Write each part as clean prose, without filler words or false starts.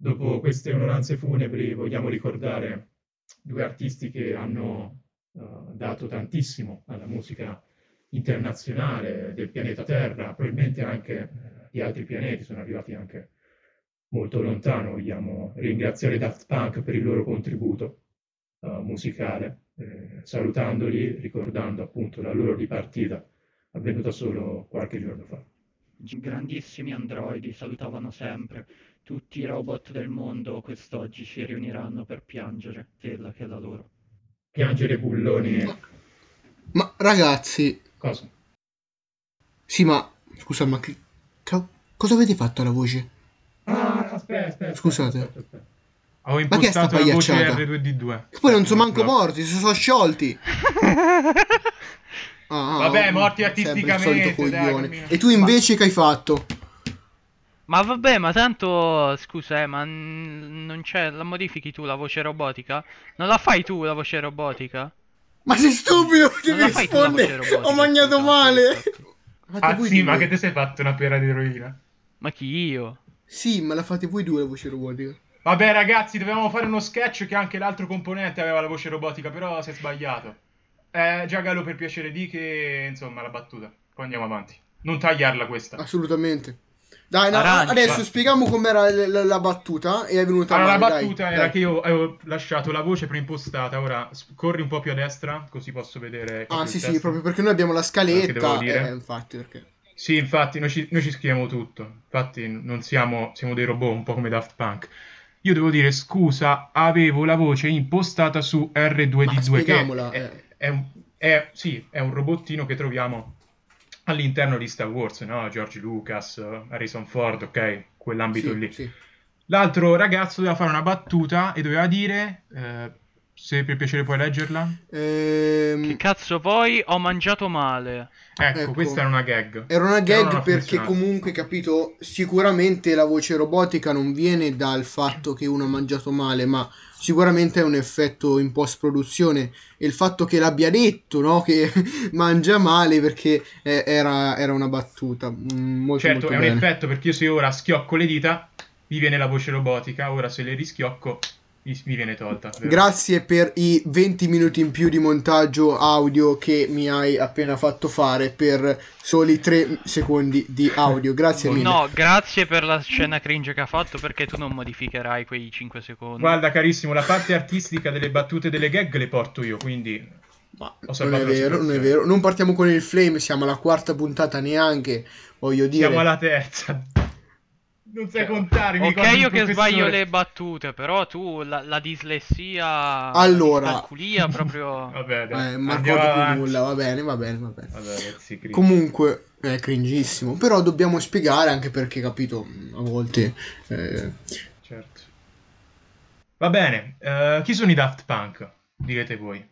dopo queste onoranze funebri vogliamo ricordare due artisti che hanno dato tantissimo alla musica internazionale del pianeta Terra, probabilmente anche di altri pianeti, sono arrivati anche molto lontano. Vogliamo ringraziare i Daft Punk per il loro contributo musicale, salutandoli, ricordando appunto la loro dipartita avvenuta solo qualche giorno fa. Grandissimi androidi salutavano sempre. Tutti i robot del mondo quest'oggi si riuniranno per piangere quella che è la loro. Piangere bulloni. Ma ragazzi, Cosa? sì, ma scusa, ma cosa avete fatto alla voce? Aspetta. Scusate. Ho Ma che è sta impostato la voce pagliacciata? R2D2. Che poi non sono manco morti, si sono sciolti. Vabbè, morti sempre il solito artisticamente, coglione. E tu invece che hai fatto? Ma vabbè, ma tanto, scusa, ma non c'è, la modifichi tu la voce robotica? Non la fai tu la voce robotica? Ma sei stupido, Non devi la fai tu la voce rispondere. robotica? Ho mangiato scusa, male. infatti. Fate voi sì, due. ma che te sei fatto una pera di eroina? Ma chi io? Sì, ma la fate voi due la voce robotica. Vabbè, ragazzi, dovevamo fare uno sketch che anche l'altro componente aveva la voce robotica, però si è sbagliato. Giagallo, per piacere, di che, insomma, la battuta. Poi andiamo avanti. Non tagliarla questa. Assolutamente. Dai, no, Arancia. adesso spieghiamo com'era la battuta e è venuta Allora, la male, battuta dai, era dai. che io avevo lasciato la voce preimpostata. Ora corri un po' più a destra, così posso vedere proprio Sì, il sì, testo. proprio perché noi abbiamo la Che dovevo scaletta, dire. infatti, perché... Sì, infatti, noi ci scriviamo tutto. Infatti, non siamo dei robot, un po' come Daft Punk. Io devo dire, scusa, avevo la voce impostata su Ma R2D2, che spiegamola, sì, è un robottino che troviamo all'interno di Star Wars, no? George Lucas, Harrison Ford, ok? Quell'ambito Sì, lì. sì. L'altro ragazzo doveva fare una battuta e doveva dire, se per piacere puoi leggerla. Che cazzo poi ho mangiato male. Ecco, questa era una gag. Era una Però non gag ha perché funzionato. comunque, capito, sicuramente la voce robotica non viene dal fatto che uno ha mangiato male, ma sicuramente è un effetto in post-produzione. E il fatto che l'abbia detto, no, che mangia male perché era una battuta. Molto Certo, molto è un bene. effetto perché io se ora schiocco le dita, mi viene la voce robotica, ora se le rischiocco, mi viene tolta, vero? Grazie per i 20 minuti in più di montaggio audio che mi hai appena fatto fare per soli 3 secondi di audio. Grazie mille. No, grazie per la scena cringe che ha fatto perché tu non modificherai quei 5 secondi. Guarda carissimo, la parte artistica delle battute e delle gag le porto io, quindi Ma ho non è salvato la vero, non è situazione. vero. Non partiamo con il flame, siamo alla quarta puntata neanche, voglio dire. Siamo alla terza. Non sai contare, mi Ok, ricordo io un che sbaglio professore. le battute, però tu la dislessia, la Allora, discalculia proprio... Vabbè, dai, Marco andiamo dopo avanti. nulla, va bene, va bene, va bene. Vabbè, ragazzi, cringe. Comunque, è cringissimo, però dobbiamo spiegare anche perché, capito, a volte... Certo. Va bene, chi sono i Daft Punk? Direte voi.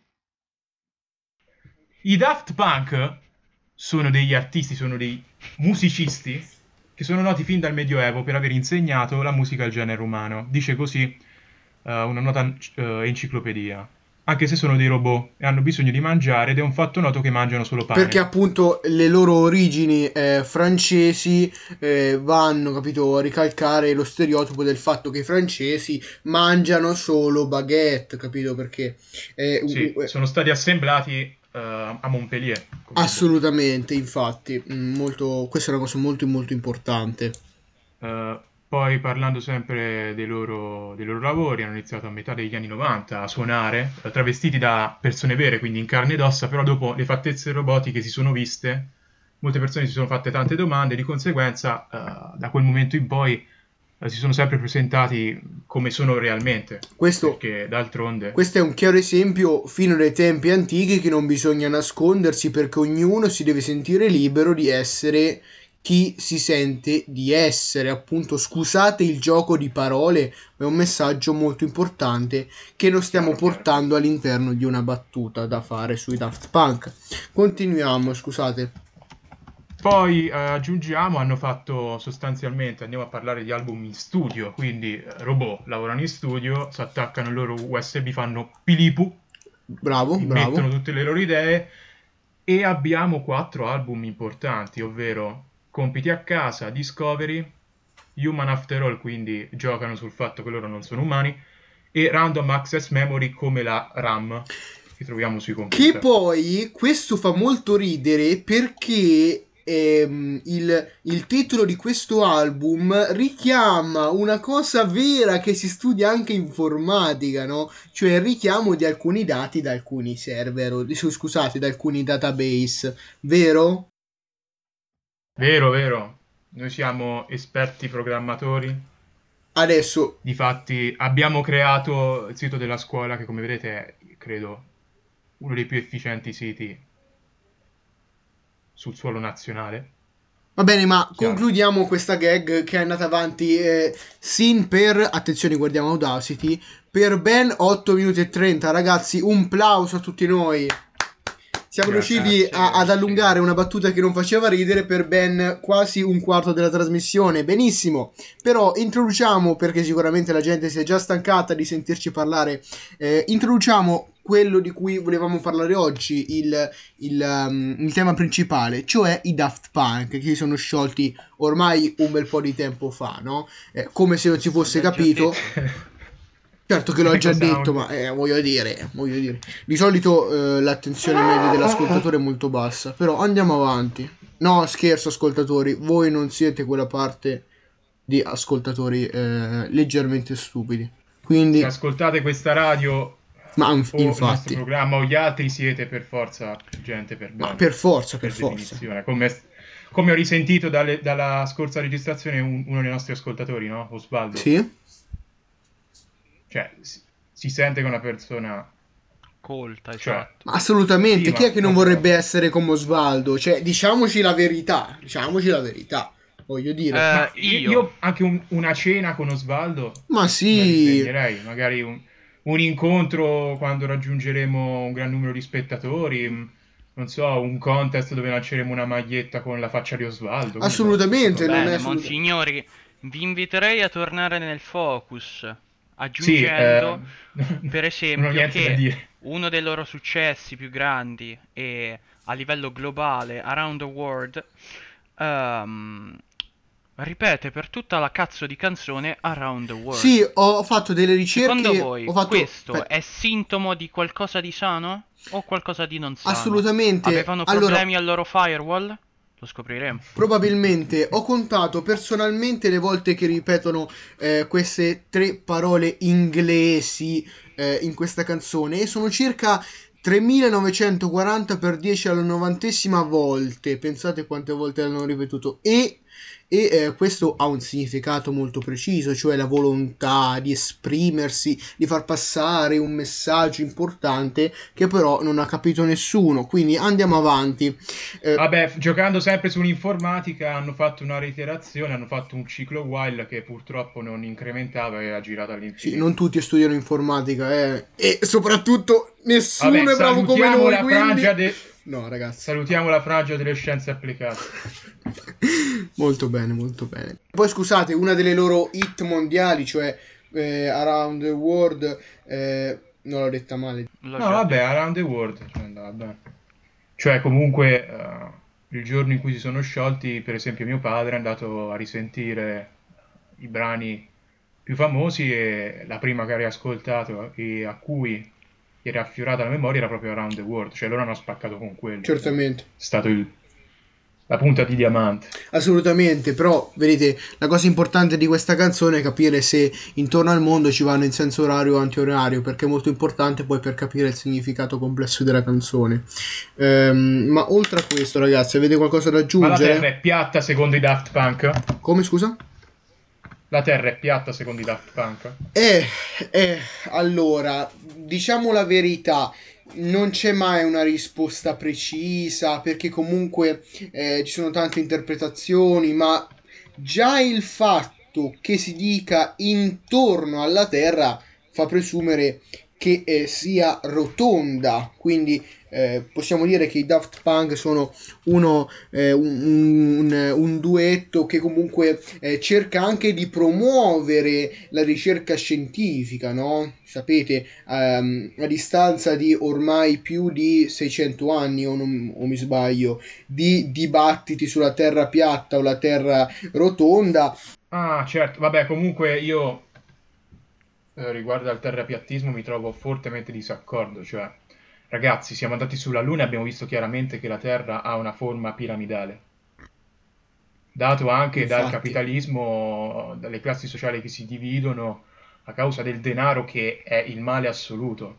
I Daft Punk sono degli artisti, sono dei musicisti che sono noti fin dal Medioevo per aver insegnato la musica al genere umano. Dice così una nota enciclopedia. Anche se sono dei robot e hanno bisogno di mangiare ed è un fatto noto che mangiano solo pane. Perché appunto le loro origini francesi vanno, capito, a ricalcare lo stereotipo del fatto che i francesi mangiano solo baguette, capito? Perché Sì, sono stati assemblati a Montpellier. assolutamente, infatti, questa è una cosa molto molto importante. Poi parlando sempre dei loro lavori, hanno iniziato a metà degli anni 90 a suonare, travestiti da persone vere, quindi in carne ed ossa, però dopo le fattezze robotiche si sono viste, molte persone si sono fatte tante domande, di conseguenza da quel momento in poi si sono sempre presentati come sono realmente, perché d'altronde... Questo è un chiaro esempio fino dai tempi antichi che non bisogna nascondersi perché ognuno si deve sentire libero di essere chi si sente di essere. Appunto, scusate il gioco di parole, ma è un messaggio molto importante che lo stiamo portando all'interno di una battuta da fare sui Daft Punk. Continuiamo, scusate. Poi aggiungiamo, hanno fatto sostanzialmente, andiamo a parlare di album in studio, quindi robot lavorano in studio, si attaccano il loro USB, fanno pilipu, Bravo, immettono bravo. tutte le loro idee e abbiamo 4 album importanti, ovvero Compiti a casa, Discovery, Human After All, quindi giocano sul fatto che loro non sono umani, e Random Access Memory come la RAM che troviamo sui Che computer. poi questo fa molto ridere perché il titolo di questo album richiama una cosa vera che si studia anche in informatica, no? Cioè il richiamo di alcuni dati da alcuni server, scusate, da alcuni database, vero? Vero, vero. Noi siamo esperti programmatori. Adesso, Difatti abbiamo creato il sito della scuola che, come vedete, è, credo, uno dei più efficienti siti sul suolo nazionale. va bene, ma Chiaro. concludiamo questa gag che è andata avanti sin per, attenzione, guardiamo Audacity, per ben 8 minuti e 30, ragazzi, un plauso a tutti noi. Siamo Grazie. riusciti ad Grazie. allungare una battuta che non faceva ridere per ben quasi un quarto della trasmissione. Benissimo, però introduciamo, perché sicuramente la gente si è già stancata di sentirci parlare, introduciamo quello di cui volevamo parlare oggi, il tema principale, cioè i Daft Punk, che si sono sciolti ormai un bel po' di tempo fa, no? Come se non si fosse L'ho già capito. detto. Certo che l'ho già Eco detto, sound. ma voglio dire. Di solito l'attenzione media dell'ascoltatore è molto bassa, però andiamo avanti. No, scherzo, ascoltatori, voi non siete quella parte di ascoltatori leggermente stupidi. Se Quindi, ascoltate questa radio ma o il nostro infatti, programma o gli altri, siete per forza gente per ma bene, per forza, per per forza. definizione. Come ho risentito dalla scorsa registrazione uno dei nostri ascoltatori, no? Osvaldo. Sì? Cioè, si sente che è una persona... Colta, Cioè, esatto. Ma assolutamente, sì, chi è ma che non proprio... vorrebbe essere come Osvaldo? Cioè, diciamoci la verità, voglio dire. Ma Io. io anche una cena con Osvaldo Ma me la sì, disdegnerei, magari un incontro quando raggiungeremo un gran numero di spettatori, non so, un contest dove lanceremo una maglietta con la faccia di Osvaldo, che ne so, queste assolutamente, cose. non è Bene, assolutamente... monsignori, vi inviterei a tornare nel focus, Sì, aggiungendo, per non ho esempio, niente da che dire. uno dei loro successi più grandi e a livello globale, Around the World, ehm, ripete per tutta la cazzo di canzone Around the Sì, World. ho fatto delle Secondo ricerche, ho voi fatto... questo è sintomo di qualcosa di sano o qualcosa di non sano? assolutamente. Avevano Allora, problemi al loro firewall? Lo scopriremo. probabilmente ho contato personalmente le volte che ripetono queste tre parole inglesi in questa canzone e sono circa 3940 per 10 alla 90esima volte. Pensate quante volte l'hanno ripetuto. E questo ha un significato molto preciso, cioè la volontà di esprimersi, di far passare un messaggio importante che però non ha capito nessuno. Quindi andiamo avanti. Vabbè, giocando sempre sull'informatica hanno fatto una reiterazione, hanno fatto un ciclo while che purtroppo non incrementava e ha girato Sì, non all'infinito. tutti studiano informatica, e soprattutto Vabbè, nessuno è bravo come noi, quindi... No, ragazzi. salutiamo la frangia delle scienze applicate. Molto bene, molto bene. Poi scusate, una delle loro hit mondiali, cioè Around the World, non l'ho detta male. L'ho No, già vabbè, detto. Around the World, cioè, andava bene. Cioè, comunque, il giorno in cui si sono sciolti, per esempio, mio padre è andato a risentire i brani più famosi e la prima che ha riascoltato e a cui gli era affiorata la memoria era proprio Around the World, cioè loro hanno spaccato con quello. È Certamente. stato la punta di diamante. Assolutamente, però vedete, la cosa importante di questa canzone è capire se intorno al mondo ci vanno in senso orario o antiorario, perché è molto importante poi per capire il significato complesso della canzone. Ma oltre a questo, ragazzi, avete qualcosa da Ma la Terra aggiungere? è piatta secondo i Daft Punk? Come, scusa? La Terra è piatta secondo i Daft Punk? Eh, allora, diciamo la verità, non c'è mai una risposta precisa perché comunque ci sono tante interpretazioni, ma già il fatto che si dica intorno alla Terra fa presumere che sia rotonda, quindi possiamo dire che i Daft Punk sono un duetto che comunque cerca anche di promuovere la ricerca scientifica, no? Sapete, a distanza di ormai più di 600 anni, o mi sbaglio, di dibattiti sulla terra piatta o la terra rotonda. Ah, certo, vabbè, comunque io riguardo al terrapiattismo mi trovo fortemente in disaccordo, cioè, ragazzi, siamo andati sulla Luna e abbiamo visto chiaramente che la Terra ha una forma piramidale, dato anche dal Infatti, capitalismo, dalle classi sociali che si dividono a causa del denaro che è il male assoluto.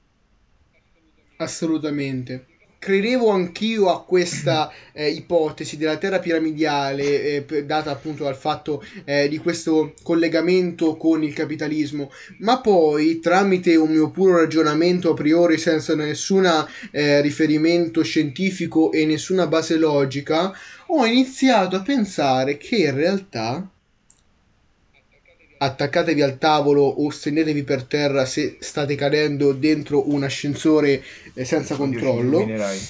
assolutamente. Credevo anch'io a questa ipotesi della terra piramidale, data appunto dal fatto di questo collegamento con il capitalismo, ma poi tramite un mio puro ragionamento a priori senza nessun riferimento scientifico e nessuna base logica, ho iniziato a pensare che in realtà attaccatevi al tavolo o stendetevi per terra se state cadendo dentro un ascensore senza Oddio, ci controllo. illuminerai.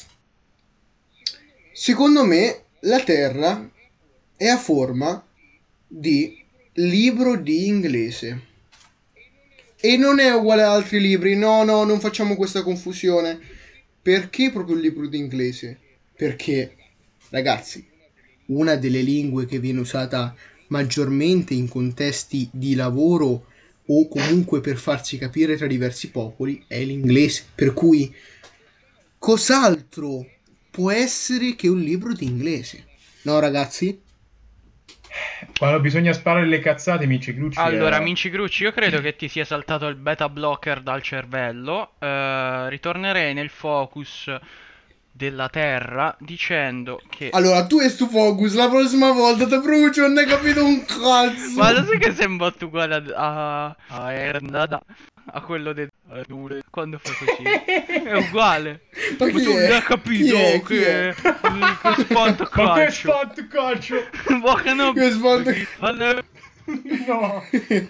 Secondo me la terra è a forma di libro di inglese e non è uguale ad altri libri. No, no, non facciamo questa confusione. Perché proprio il libro di inglese? Perché, ragazzi, una delle lingue che viene usata maggiormente in contesti di lavoro o comunque per farsi capire tra diversi popoli è l'inglese. Per cui, cos'altro può essere che un libro di inglese? No, ragazzi? Quando bisogna sparare le cazzate, Mici Grucci Allora, è... Minci Crucci, io credo che ti sia saltato il beta blocker dal cervello. Ritornerei nel focus della Terra dicendo che... Allora, tu e stu focus, la prossima volta ti brucio, non hai capito un Ma cazzo. lo sai che sembra uguale a Ernada, a quello del... quando fa così? È uguale. Ma Ma chi tu non hai è? Chi capito è? Chi è? che spanta Ma che calcio. spot calcio! Ma che no... Che svolta. No!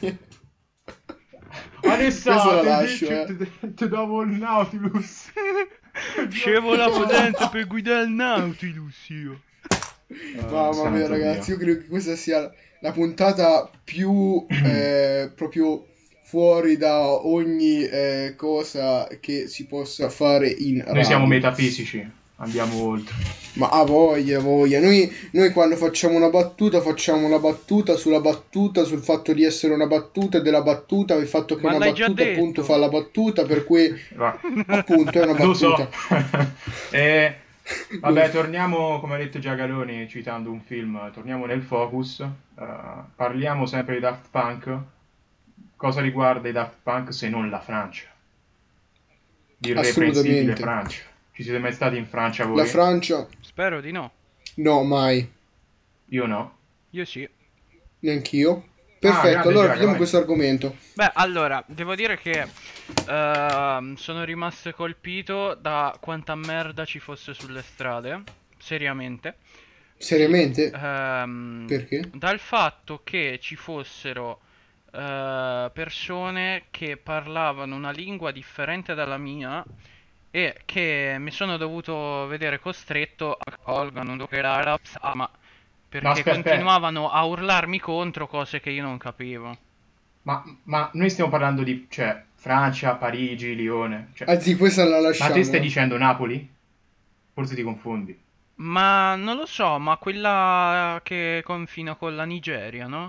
Questa la Alessandro, lascio, ti davo il Nautilus. Scevola potente per guidare il Nautilus io. Mamma mia, Santo ragazzi, io Dio. credo che questa sia la puntata più proprio fuori da ogni cosa che si possa fare in Noi siamo radio. metafisici, andiamo oltre. Ma ha voglia, voglia. Noi quando facciamo una battuta sulla battuta, sul fatto di essere una battuta e della battuta, il fatto che Ma una l'hai già battuta appunto fa detto. la battuta, per cui Va. appunto è una Lo so. battuta. E, vabbè, torniamo, come ha detto Giagaloni, citando un film, torniamo nel focus. Parliamo sempre di Daft Punk. Cosa riguarda i Daft Punk se non la Francia? L'irreprensibile Assolutamente. Francia. Ci siete mai stati in Francia La voi? Francia, Spero di no. no, mai. Io no. Io sì. Neanch'io. Ah, Perfetto, grande allora Giaga, chiudiamo vai. questo argomento. Beh, allora, devo dire che sono rimasto colpito da quanta merda ci fosse sulle strade, seriamente. Sì, Seriamente? Perché? dal fatto che ci fossero persone che parlavano una lingua differente dalla mia e che mi sono dovuto vedere costretto a ma Ma perché aspetta, continuavano a urlarmi contro cose che io non capivo. ma noi stiamo parlando di, cioè, Francia, Parigi, Lione. Cioè, Anzi, questa la ma te stai lasciamo. dicendo Napoli? Forse ti confondi. Ma non lo so, ma quella che confina con la Nigeria, no?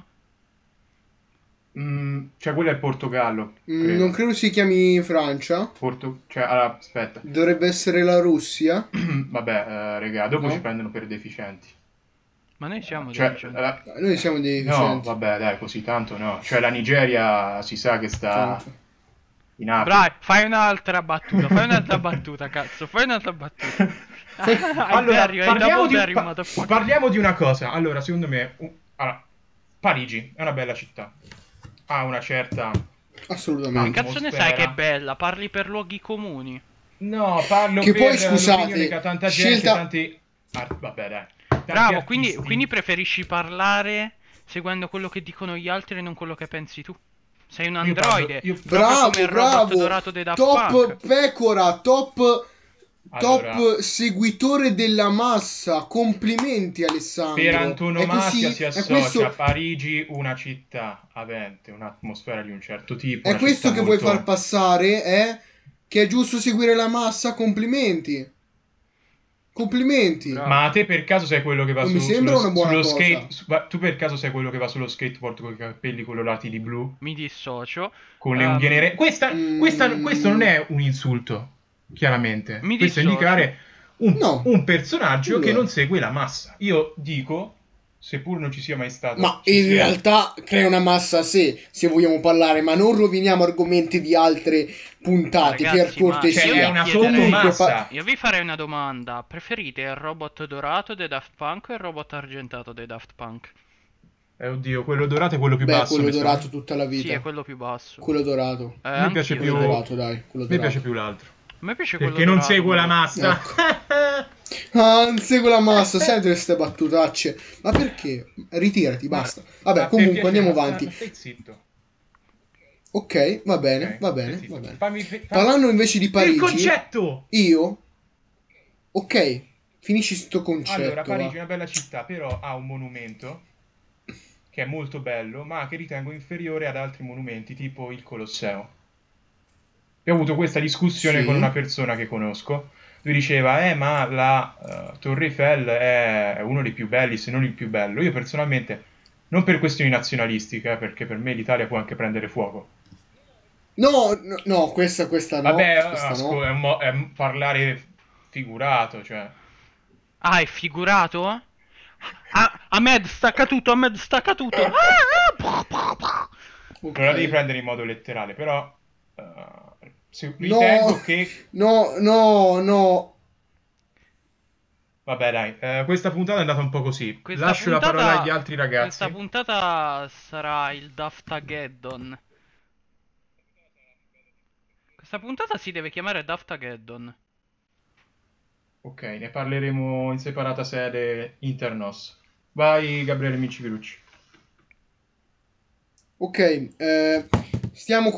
Cioè, quello è il Portogallo, Non credo. credo si chiami Francia. Cioè, allora, aspetta. Dovrebbe essere la Russia, Vabbè, regà, dopo ci no? prendono per deficienti. Ma noi siamo Cioè, deficienti. Noi siamo dei no, deficienti. vabbè, dai, così tanto no. Cioè, la Nigeria si sa che sta Tanto. in Africa. Brai, fai un'altra battuta, cazzo, fai un'altra battuta. Allora, Hai double dare, motherfucker. parliamo di una cosa. Allora, secondo me, allora, Parigi è una bella città. Ha una certa Che Assolutamente. cazzo ne sai che è atmosfera. bella? Parli per luoghi comuni. No, parlo Che poi, per l'opinione che scusate, ha tanta gente, scelta... tanti... vabbè, dai. Tanti Bravo, quindi artisti. preferisci parlare seguendo quello che dicono gli altri e non quello che pensi tu. Sei un Io parlo- androide. io- Proprio come il robot Bravo, dorato dei Daft top Punk. pecora, top Allora, seguitore della massa. Complimenti per Alessandro. antonomasia si È associa a questo, Parigi una città avente un'atmosfera di un certo tipo, è una questo città che vuoi far molto... passare, che è giusto seguire la massa? Complimenti. Complimenti. Bravo. Ma a te per caso sei quello che va Non mi sembra una buona sullo cosa. skate? Tu per caso sei quello che va sullo skateboard con i capelli colorati di blu? Mi dissocio. Con le unghie nere? Questo non Mm, è un insulto, chiaramente. Mi Questo è dissocio. indicare un, no, un personaggio non lo che non è. segue la massa. Io dico, seppur non ci sia mai stato, Ma ci in sia... realtà crea una massa a sé, se vogliamo parlare, ma non roviniamo argomenti di altre puntate, per Ragazzi, ma Cioè, io è vi cortesia. una chiederei, Comunque, sottomassa. io vi farei una domanda. Preferite il robot dorato dei Daft Punk o il robot argentato dei Daft Punk? Oddio, quello dorato è quello più beh, basso, quello mi sa. dorato tutta la Sì, è vita. quello più basso. Quello dorato. A me piace Anch'io più... Quello direi. dorato, dai, quello A me piace dorato. più l'altro. A me piace quello Perché non dorato, seguo la ma... massa. Ecco. Ah, non segue la massa, senti queste battutacce. Ma perché? Ritirati, Ma, basta. Vabbè, ma per comunque piacere, andiamo avanti. stai zitto. Ok, va bene, Ok, va stai bene, va zitto. bene. Fammi... Parlando invece di Il Parigi, concetto! io... Ok, finisci sto Allora, concetto, Parigi va. è una bella città, però ha un monumento che è molto bello, ma che ritengo inferiore ad altri monumenti, tipo il Colosseo. E ho avuto questa discussione con una Sì. persona che conosco. Lui diceva, ma la Torre Eiffel è uno dei più belli, se non il più bello. Io personalmente, non per questioni nazionalistiche, perché per me l'Italia può anche prendere fuoco. No, no, no, questa no, Vabbè, questa no. è parlare figurato, cioè. Ah, è figurato? Ahmed, stacca tutto, Ahmed, stacca tutto. Ok. Non la devi prendere in modo letterale, però No, ritengo che... no, no, no. Vabbè, dai, questa puntata è andata un po' così. Questa Lascio la parola agli puntata... altri Questa ragazzi. puntata sarà il Daftageddon. Questa puntata si deve chiamare Daftageddon. Ok, ne parleremo in separata sede internos. Vai, Gabriele Mincivirucci. Ok, stiamo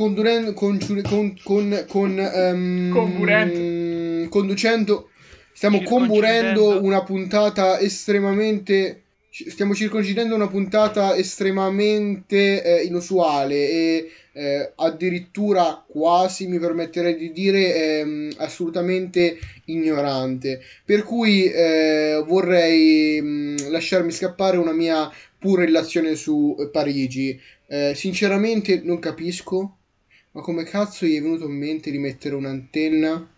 Comburente. conducendo, stiamo comburendo Circoncindendo... una puntata estremamente, stiamo circoncidendo una puntata estremamente inusuale e addirittura quasi, mi permetterei di dire, assolutamente ignorante. Per cui vorrei lasciarmi scappare una mia pura illazione su Parigi. Sinceramente non capisco, ma come cazzo gli è venuto in mente di mettere un'antenna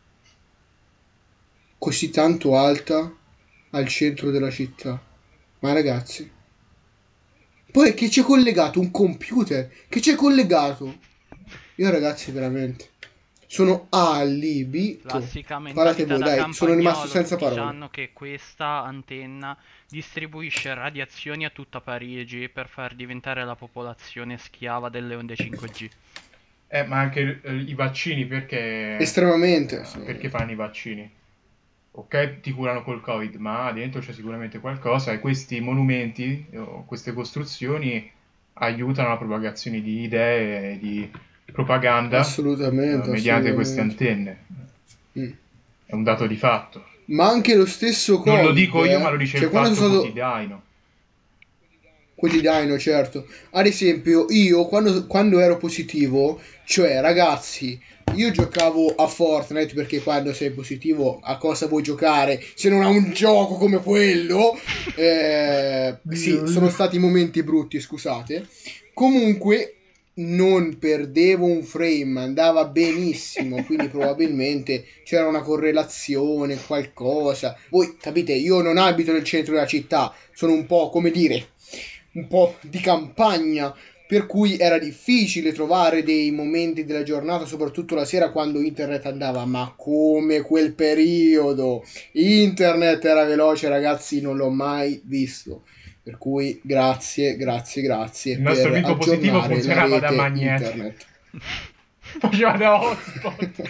così tanto alta al centro della città? Ma ragazzi, poi che c'è collegato un computer, che c'è collegato. Io ragazzi veramente sono allibito. Classica Parlate mentalità voi, da dai, sono rimasto campagnolo, senza tutti parole. sanno che questa antenna distribuisce radiazioni a tutta Parigi per far diventare la popolazione schiava delle onde 5G. Ma anche i vaccini, Estremamente, perché estremamente. fanno i vaccini? Ok, ti curano col Covid, ma dentro c'è sicuramente qualcosa e questi monumenti o queste costruzioni aiutano la propagazione di idee e di propaganda Assolutamente, mediante queste assolutamente. antenne. Mm. È un dato di fatto. Ma anche lo stesso Non lo Covid, dico io, ma lo dice il cioè quando Fatto sono stato Quotidiano. quotidiano, certo. Ad esempio, io quando ero positivo, cioè ragazzi, io giocavo a Fortnite perché quando sei positivo a cosa vuoi giocare se non a un gioco come quello? Sì, sono stati momenti brutti, scusate. Comunque non perdevo un frame, andava benissimo, quindi probabilmente c'era una correlazione, qualcosa. Voi capite, io non abito nel centro della città, sono un po', come dire, un po' di campagna, per cui era difficile trovare dei momenti della giornata, soprattutto la sera quando internet andava, ma come quel periodo. Internet era veloce, ragazzi, non l'ho mai visto. Per cui grazie, grazie, grazie Il nostro per amico positivo aggiornare la funzionava da rete magnete. internet. Faceva da hotspot.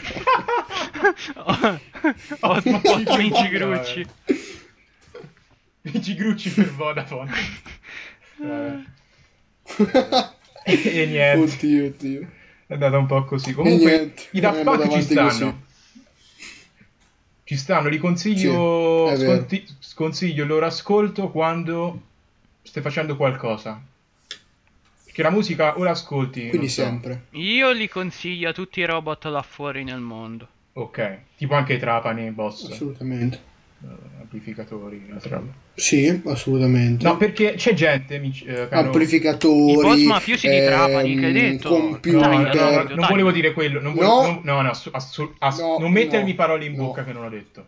Hotspot Minci Vabbè. Grucci. Minci Grucci per Vodafone. Vabbè. E niente, Oddio. è andata un po' così. E Comunque, niente, i è Daft andata Punk ci avanti così. stanno. Ci stanno, li Sì, consiglio, è vero. sconsiglio il loro ascolto quando stai facendo qualcosa. Perché la musica o l'ascolti, non Quindi so, sempre. Io li consiglio a tutti i robot là fuori nel mondo. ok, tipo anche i trapani, boss, Assolutamente. amplificatori, altra roba. Sì, No, assolutamente. perché c'è gente, caro... I boss Amplificatori, mafiosi di Trapani, che hai detto? No, Taglialo, no, no, computer. Fabio, non volevo taglialo. dire quello, No, no, no, no, non mettermi no, parole in bocca no. che non ho detto.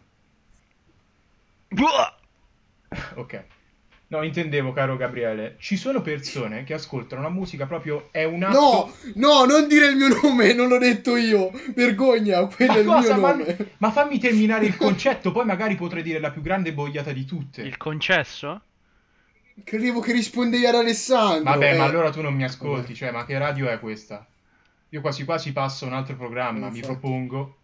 Buah! Ok. No, intendevo, caro Gabriele, ci sono persone che ascoltano la musica proprio, è un atto... No, no, non dire il mio nome, non l'ho detto io. Vergogna, quello Ma è il mio cosa? nome. Ma fammi terminare il concetto, poi magari potrei dire la più grande boiata di tutte. Il concesso? Credevo che rispondevi ad Alessandro. Vabbè, ma allora tu non mi Vabbè, ascolti, cioè, ma che radio è questa? Io quasi quasi passo a un altro programma, mi infatti. propongo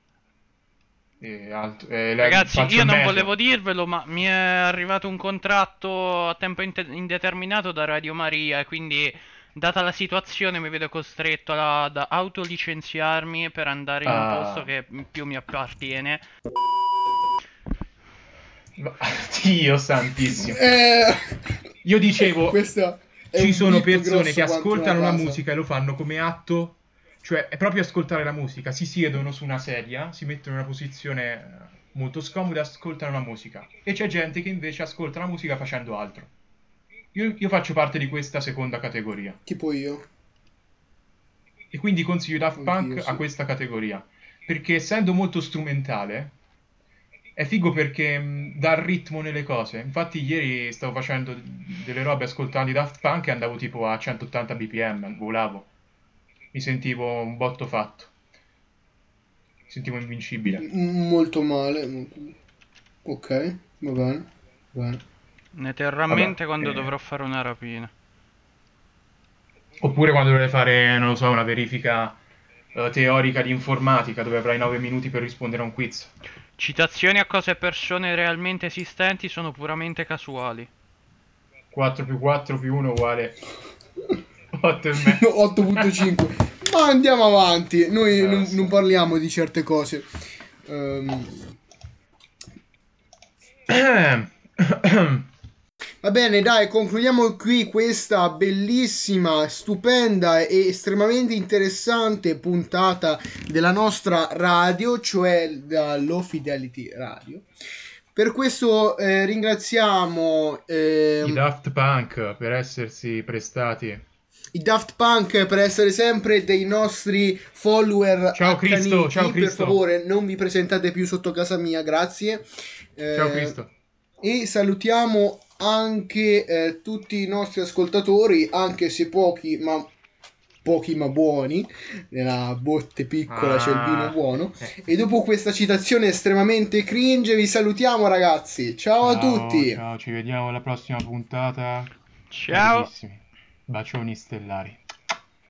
Ragazzi, faccio io il non meso. volevo dirvelo, ma mi è arrivato un contratto a tempo indeterminato da Radio Maria e quindi, data la situazione, mi vedo costretto ad autolicenziarmi per andare in un posto Ah, che più mi appartiene. Dio santissimo. Eh, Io dicevo, questo è ci un sono bip persone che grosso quanto una ascoltano la casa. musica e lo fanno come atto, cioè è proprio ascoltare la musica, si siedono su una sedia, si mettono in una posizione molto scomoda e ascoltano la musica. E c'è gente che invece ascolta la musica facendo altro. Io faccio parte di questa seconda categoria. Tipo io. E quindi consiglio Daft Anch'io, Punk a sì. questa categoria. Perché essendo molto strumentale, è figo perché dà il ritmo nelle cose. Infatti ieri stavo facendo delle robe ascoltando i Daft Punk e andavo tipo a 180 bpm, volavo. Mi sentivo un botto fatto. Mi sentivo invincibile. Molto male. Ok, va bene. Va bene. Ne terrò a Vabbè. mente quando dovrò fare una rapina. Oppure quando dovrei fare, non lo so, una verifica teorica di informatica dove avrai 9 minuti per rispondere a un quiz. Citazioni a cose e persone realmente esistenti sono puramente casuali. 4 più 4 più 1 uguale 8 e mezzo. 8.5. Ma andiamo avanti. Noi non Basta. parliamo di certe cose. Ehm, Va bene, dai, concludiamo qui questa bellissima, stupenda e estremamente interessante puntata della nostra radio, cioè la Low Fidelity Radio. Per questo ringraziamo I Daft Punk per essersi prestati. i Daft Punk per essere sempre dei nostri follower Ciao Cristo, ciao accaniti. Per Cristo, favore, non vi presentate più sotto casa mia, grazie. ciao Eh, Cristo. e salutiamo anche tutti i nostri ascoltatori, anche se pochi ma buoni. Nella botte piccola c'è il vino Ah, buono. E dopo questa citazione estremamente cringe, vi salutiamo, ragazzi. Ciao a ciao, tutti. ciao, ci vediamo alla prossima puntata. Ciao! Bellissimi. Bacioni stellari.